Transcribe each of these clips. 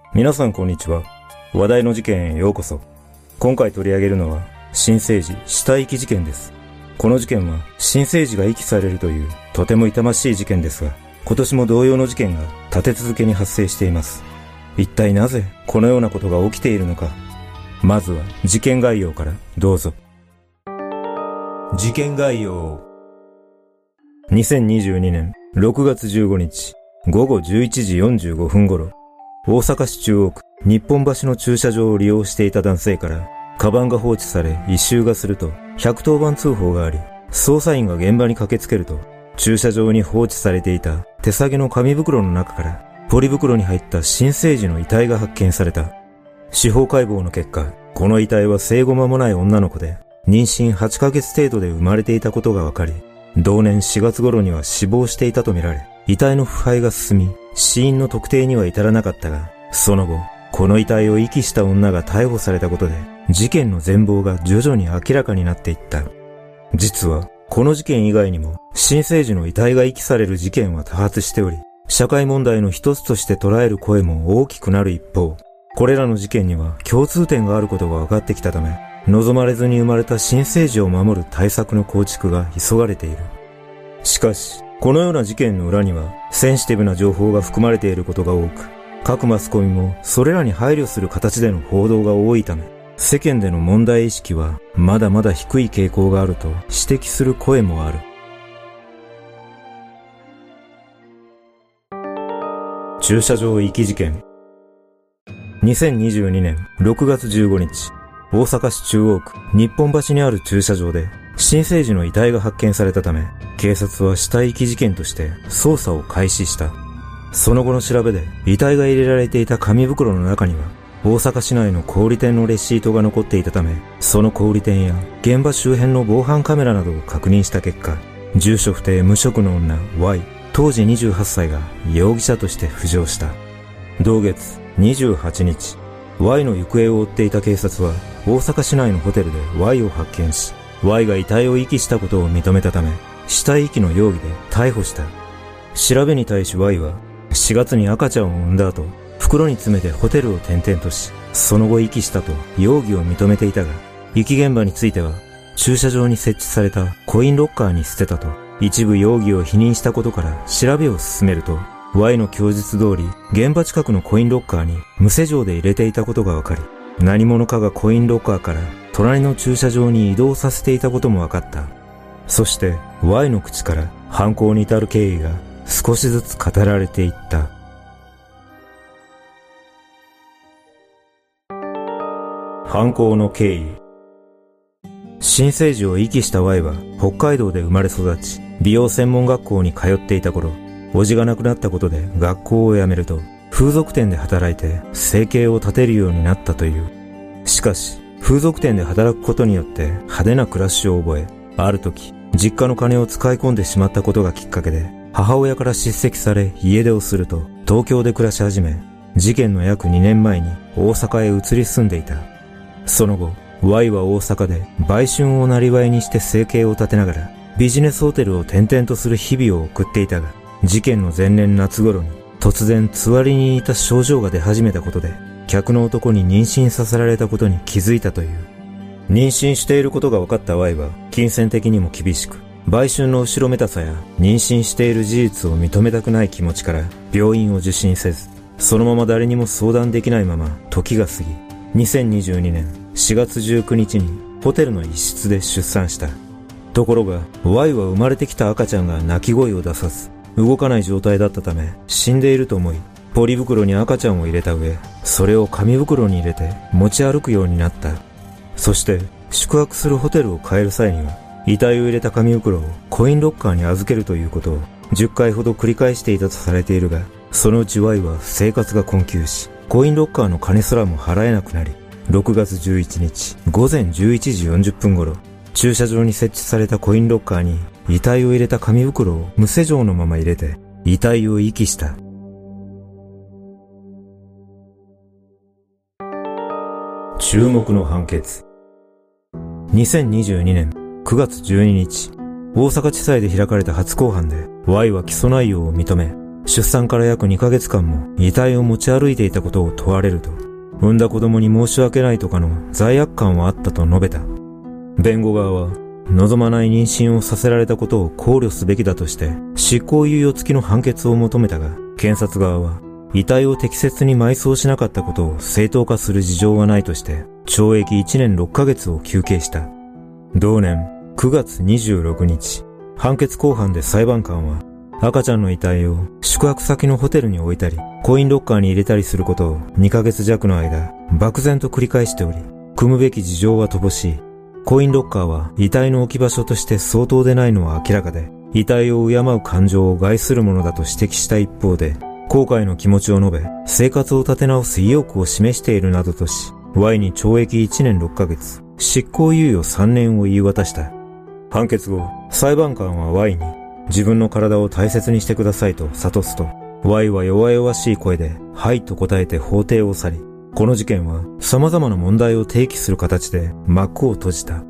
皆さんこんにちは。話題の事件へようこそ。今回取り上げるのは新生児死体遺棄事件です。この事件は新生児が遺棄されるというとても痛ましい事件ですが、今年も同様の事件が立て続けに発生しています。一体なぜこのようなことが起きているのか。まずは事件概要からどうぞ。事件概要。2022年6月15日午後11時45分頃、大阪市中央区日本橋の駐車場を利用していた男性から、カバンが放置され異臭がすると110番通報があり、捜査員が現場に駆けつけると、駐車場に放置されていた手提げの紙袋の中から、ポリ袋に入った新生児の遺体が発見された。司法解剖の結果、この遺体は生後間もない女の子で、妊娠8ヶ月程度で生まれていたことが分かり、同年4月頃には死亡していたとみられ、遺体の腐敗が進み、死因の特定には至らなかったが、その後、この遺体を遺棄した女が逮捕されたことで、事件の全貌が徐々に明らかになっていった。実は、この事件以外にも、新生児の遺体が遺棄される事件は多発しており、社会問題の一つとして捉える声も大きくなる一方、これらの事件には共通点があることが分かってきたため、望まれずに生まれた新生児を守る対策の構築が急がれている。しかし、このような事件の裏にはセンシティブな情報が含まれていることが多く、各マスコミもそれらに配慮する形での報道が多いため、世間での問題意識はまだまだ低い傾向があると指摘する声もある。駐車場遺棄事件。2022年6月15日、大阪市中央区日本橋にある駐車場で新生児の遺体が発見されたため、警察は死体遺棄事件として捜査を開始した。その後の調べで、遺体が入れられていた紙袋の中には、大阪市内の小売店のレシートが残っていたため、その小売店や現場周辺の防犯カメラなどを確認した結果、住所不定無職の女 Y、当時28歳が容疑者として浮上した。同月28日、Y の行方を追っていた警察は、大阪市内のホテルで Y を発見し、Y が遺体を遺棄したことを認めたため、死体遺棄の容疑で逮捕した。調べに対し Y は、4月に赤ちゃんを産んだ後、袋に詰めてホテルを転々とし、その後遺棄したと容疑を認めていたが、遺棄現場については、駐車場に設置されたコインロッカーに捨てたと、一部容疑を否認したことから調べを進めると、Y の供述通り、現場近くのコインロッカーに無施錠で入れていたことが分かり、何者かがコインロッカーから隣の駐車場に移動させていたことも分かった。そして Y の口から犯行に至る経緯が少しずつ語られていった。犯行の経緯。新生児を遺棄した Y は北海道で生まれ育ち、美容専門学校に通っていた頃、叔父が亡くなったことで学校を辞めると、風俗店で働いて生計を立てるようになったという。しかし、風俗店で働くことによって派手な暮らしを覚え、ある時、実家の金を使い込んでしまったことがきっかけで、母親から叱責され家出をすると、東京で暮らし始め、事件の約2年前に大阪へ移り住んでいた。その後、Y は大阪で売春を生業にして生計を立てながら、ビジネスホテルを転々とする日々を送っていたが、事件の前年夏頃に突然つわりに似た症状が出始めたことで、客の男に妊娠させられたことに気づいたという。妊娠していることが分かった Y は、金銭的にも厳しく、売春の後ろめたさや妊娠している事実を認めたくない気持ちから病院を受診せず、そのまま誰にも相談できないまま時が過ぎ、2022年4月19日にホテルの一室で出産した。ところが Y は生まれてきた赤ちゃんが泣き声を出さず、動かない状態だったため死んでいると思い、ポリ袋に赤ちゃんを入れた上、それを紙袋に入れて持ち歩くようになった。そして宿泊するホテルを変える際には、遺体を入れた紙袋をコインロッカーに預けるということを10回ほど繰り返していたとされているが、そのうち Y は生活が困窮し、コインロッカーの金すらも払えなくなり、6月11日午前11時40分頃、駐車場に設置されたコインロッカーに遺体を入れた紙袋を無施錠のまま入れて遺体を遺棄した。注目の判決。2022年9月12日、大阪地裁で開かれた初公判で Y は起訴内容を認め、 出産から約2ヶ月間も遺体を持ち歩いていたことを問われると、産んだ子供に申し訳ないとかの罪悪感はあったと述べた。弁護側は、望まない妊娠をさせられたことを考慮すべきだとして、執行猶予付きの判決を求めたが、検察側は、遺体を適切に埋葬しなかったことを正当化する事情はないとして、懲役1年6ヶ月を求刑した。同年9月26日、判決公判で裁判官は、赤ちゃんの遺体を宿泊先のホテルに置いたり、コインロッカーに入れたりすることを2ヶ月弱の間、漠然と繰り返しており、汲むべき事情は乏しい。コインロッカーは遺体の置き場所として相当でないのは明らかで、遺体を敬う感情を害するものだと指摘した一方で、後悔の気持ちを述べ、生活を立て直す意欲を示しているなどとし、Y に懲役1年6ヶ月、執行猶予3年を言い渡した。判決後、裁判官は Y に、自分の体を大切にしてくださいと諭すと、Y は弱々しい声で、はいと答えて法廷を去り、この事件は様々な問題を提起する形で幕を閉じた。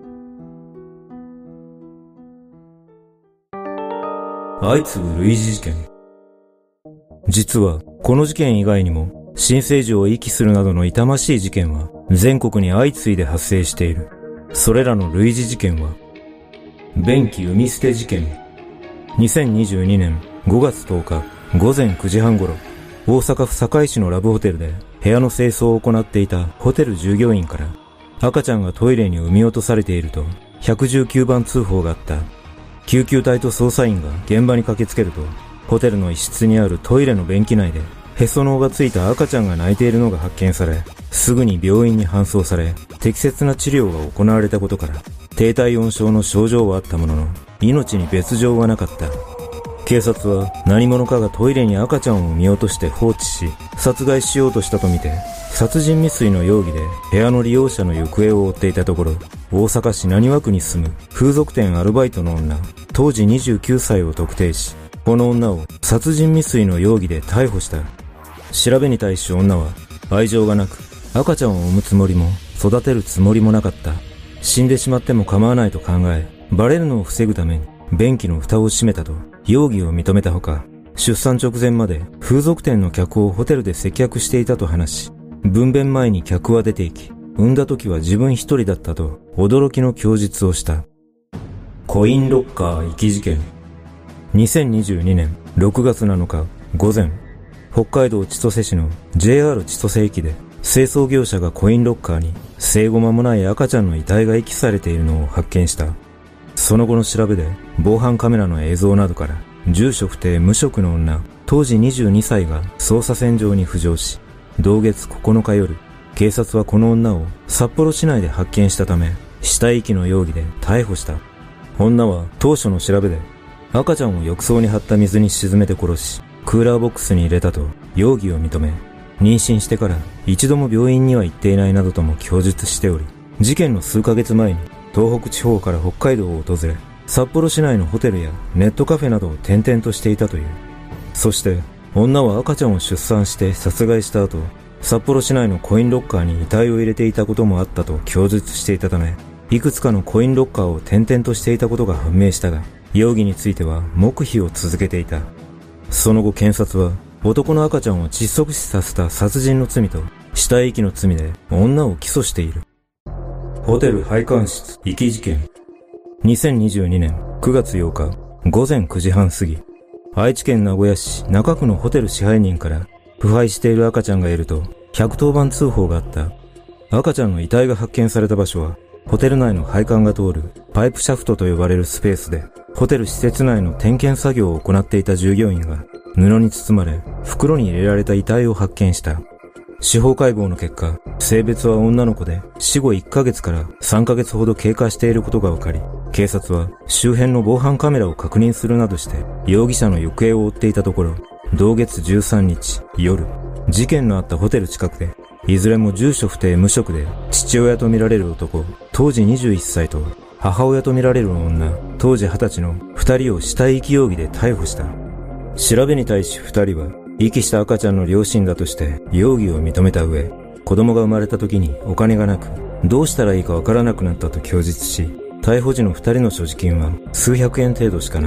相次ぐ類似事件。実は、この事件以外にも、新生児を遺棄するなどの痛ましい事件は、全国に相次いで発生している。それらの類似事件は、便器産み捨て事件。2022年5月10日午前9時半頃、大阪府堺市のラブホテルで部屋の清掃を行っていたホテル従業員から、赤ちゃんがトイレに産み落とされていると119番通報があった。救急隊と捜査員が現場に駆けつけると、ホテルの一室にあるトイレの便器内でへその緒がついた赤ちゃんが泣いているのが発見され、すぐに病院に搬送され、適切な治療が行われたことから、低体温症の症状はあったものの、命に別状はなかった。警察は何者かがトイレに赤ちゃんを産み落として放置し、殺害しようとしたとみて、殺人未遂の容疑で部屋の利用者の行方を追っていたところ、大阪市浪速区に住む風俗店アルバイトの女、当時29歳を特定し、この女を殺人未遂の容疑で逮捕した。調べに対し女は、愛情がなく、赤ちゃんを産むつもりも育てるつもりもなかった。死んでしまっても構わないと考え、バレるのを防ぐために便器の蓋を閉めたと容疑を認めたほか、出産直前まで風俗店の客をホテルで接客していたと話し、分娩前に客は出て行き、産んだ時は自分一人だったと驚きの供述をした。コインロッカー遺棄事件。2022年6月7日午前、北海道千歳市の JR 千歳駅で清掃業者がコインロッカーに生後間もない赤ちゃんの遺体が遺棄されているのを発見した。その後の調べで防犯カメラの映像などから住所不定無職の女、当時22歳が捜査線上に浮上し、同月9日夜、警察はこの女を札幌市内で発見したため、死体遺棄の容疑で逮捕した。女は当初の調べで赤ちゃんを浴槽に張った水に沈めて殺し、クーラーボックスに入れたと容疑を認め、妊娠してから一度も病院には行っていないなどとも供述しており、事件の数ヶ月前に東北地方から北海道を訪れ、札幌市内のホテルやネットカフェなどを転々としていたという。そして女は赤ちゃんを出産して殺害した後、札幌市内のコインロッカーに遺体を入れていたこともあったと供述していたため、いくつかのコインロッカーを転々としていたことが判明したが、容疑については黙秘を続けていた。その後検察は男の赤ちゃんを窒息死させた殺人の罪と死体遺棄の罪で女を起訴している。ホテル配管室遺棄事件。2022年9月8日午前9時半過ぎ、愛知県名古屋市中区のホテル支配人から腐敗している赤ちゃんがいると110番通報があった。赤ちゃんの遺体が発見された場所はホテル内の配管が通るパイプシャフトと呼ばれるスペースで、ホテル施設内の点検作業を行っていた従業員が布に包まれ袋に入れられた遺体を発見した。司法解剖の結果、性別は女の子で死後1ヶ月から3ヶ月ほど経過していることが分かり、警察は周辺の防犯カメラを確認するなどして容疑者の行方を追っていたところ、同月13日夜、事件のあったホテル近くで、いずれも住所不定無職で父親とみられる男、当時21歳と母親とみられる女、当時20歳の2人を死体遺棄容疑で逮捕した。調べに対し2人は遺棄した赤ちゃんの両親だとして容疑を認めた上、子供が生まれた時にお金がなくどうしたらいいかわからなくなったと供述し、逮捕時の2人の所持金は数百円程度しかなく、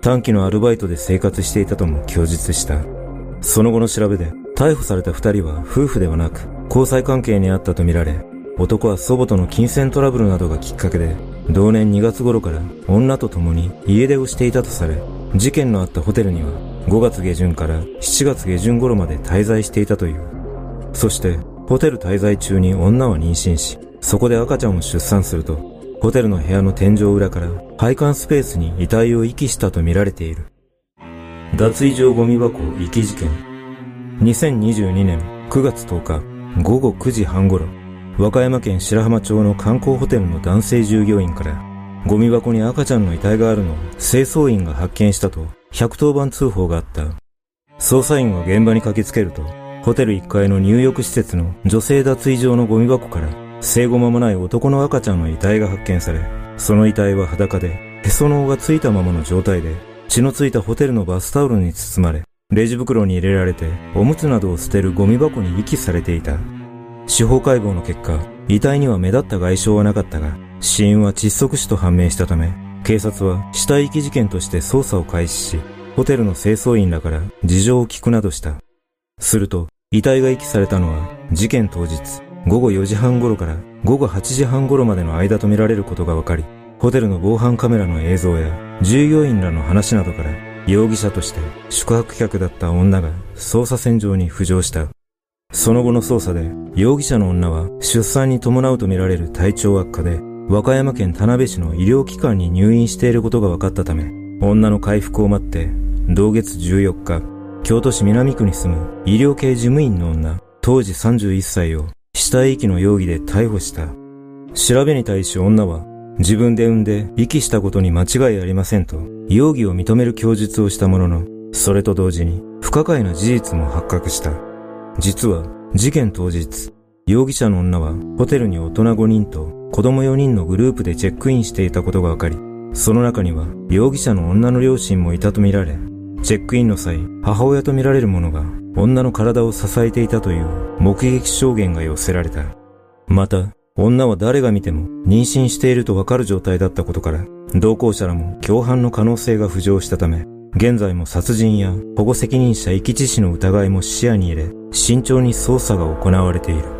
短期のアルバイトで生活していたとも供述した。その後の調べで、逮捕された2人は夫婦ではなく、交際関係にあったとみられ、男は祖母との金銭トラブルなどがきっかけで、同年2月頃から女と共に家出をしていたとされ、事件のあったホテルには5月下旬から7月下旬頃まで滞在していたという。そして、ホテル滞在中に女は妊娠し、そこで赤ちゃんを出産すると、ホテルの部屋の天井裏から配管スペースに遺体を遺棄したとみられている。脱衣場ゴミ箱遺棄事件。2022年9月10日午後9時半頃、和歌山県白浜町の観光ホテルの男性従業員から、ゴミ箱に赤ちゃんの遺体があるのを清掃員が発見したと110番通報があった。捜査員が現場に駆けつけると、ホテル1階の入浴施設の女性脱衣場のゴミ箱から生後間もない男の赤ちゃんの遺体が発見され、その遺体は裸でへその緒がついたままの状態で、血のついたホテルのバスタオルに包まれ、レジ袋に入れられておむつなどを捨てるゴミ箱に遺棄されていた。司法解剖の結果、遺体には目立った外傷はなかったが、死因は窒息死と判明したため、警察は死体遺棄事件として捜査を開始し、ホテルの清掃員らから事情を聞くなどした。すると、遺体が遺棄されたのは事件当日、午後4時半頃から午後8時半頃までの間とみられることが分かり、ホテルの防犯カメラの映像や従業員らの話などから、容疑者として宿泊客だった女が捜査線上に浮上した。その後の捜査で、容疑者の女は出産に伴うとみられる体調悪化で、和歌山県田辺市の医療機関に入院していることが分かったため、女の回復を待って、同月14日、京都市南区に住む医療系事務員の女、当時31歳を死体遺棄の容疑で逮捕した。調べに対し女は、自分で産んで遺棄したことに間違いありませんと、容疑を認める供述をしたものの、それと同時に不可解な事実も発覚した。実は、事件当日、容疑者の女はホテルに大人5人と子供4人のグループでチェックインしていたことが分かり、その中には容疑者の女の両親もいたとみられ、チェックインの際、母親とみられる者が女の体を支えていたという目撃証言が寄せられた。また、女は誰が見ても妊娠していると分かる状態だったことから、同行者らも共犯の可能性が浮上したため、現在も殺人や保護責任者遺棄致死の疑いも視野に入れ、慎重に捜査が行われている。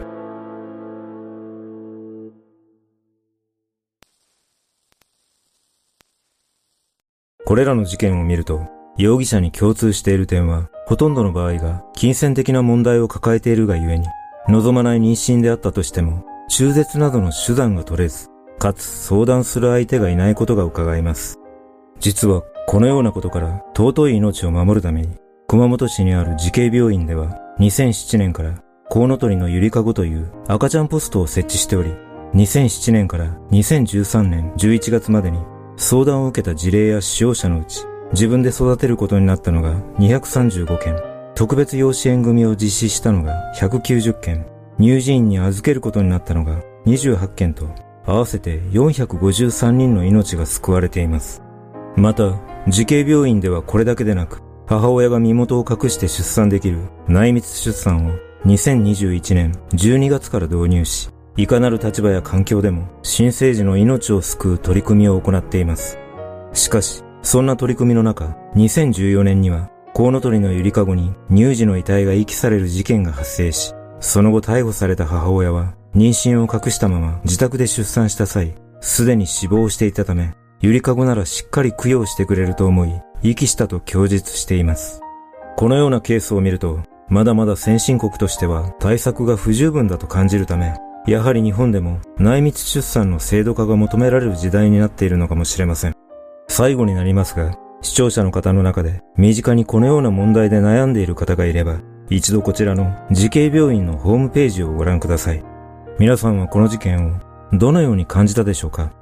これらの事件を見ると、容疑者に共通している点は、ほとんどの場合が金銭的な問題を抱えているがゆえに、望まない妊娠であったとしても、中絶などの手段が取れず、かつ相談する相手がいないことが伺えます。実は、このようなことから尊い命を守るために、熊本市にある慈恵病院では、2007年からコウノトリのゆりかごという赤ちゃんポストを設置しており、2007年から2013年11月までに相談を受けた事例や使用者のうち、自分で育てることになったのが235件、特別養子縁組を実施したのが190件、乳児院に預けることになったのが28件と、合わせて453人の命が救われています。また、慈恵病院ではこれだけでなく、母親が身元を隠して出産できる内密出産を2021年12月から導入し、いかなる立場や環境でも新生児の命を救う取り組みを行っています。しかし、そんな取り組みの中、2014年にはコウノトリのゆりかごに乳児の遺体が遺棄される事件が発生し、その後逮捕された母親は妊娠を隠したまま自宅で出産した際、すでに死亡していたため、ゆりかごならしっかり供養してくれると思い、遺棄したと供述しています。このようなケースを見ると、まだまだ先進国としては対策が不十分だと感じるため、やはり日本でも内密出産の制度化が求められる時代になっているのかもしれません。最後になりますが、視聴者の方の中で身近にこのような問題で悩んでいる方がいれば、一度こちらの慈恵病院のホームページをご覧ください。皆さんはこの事件をどのように感じたでしょうか？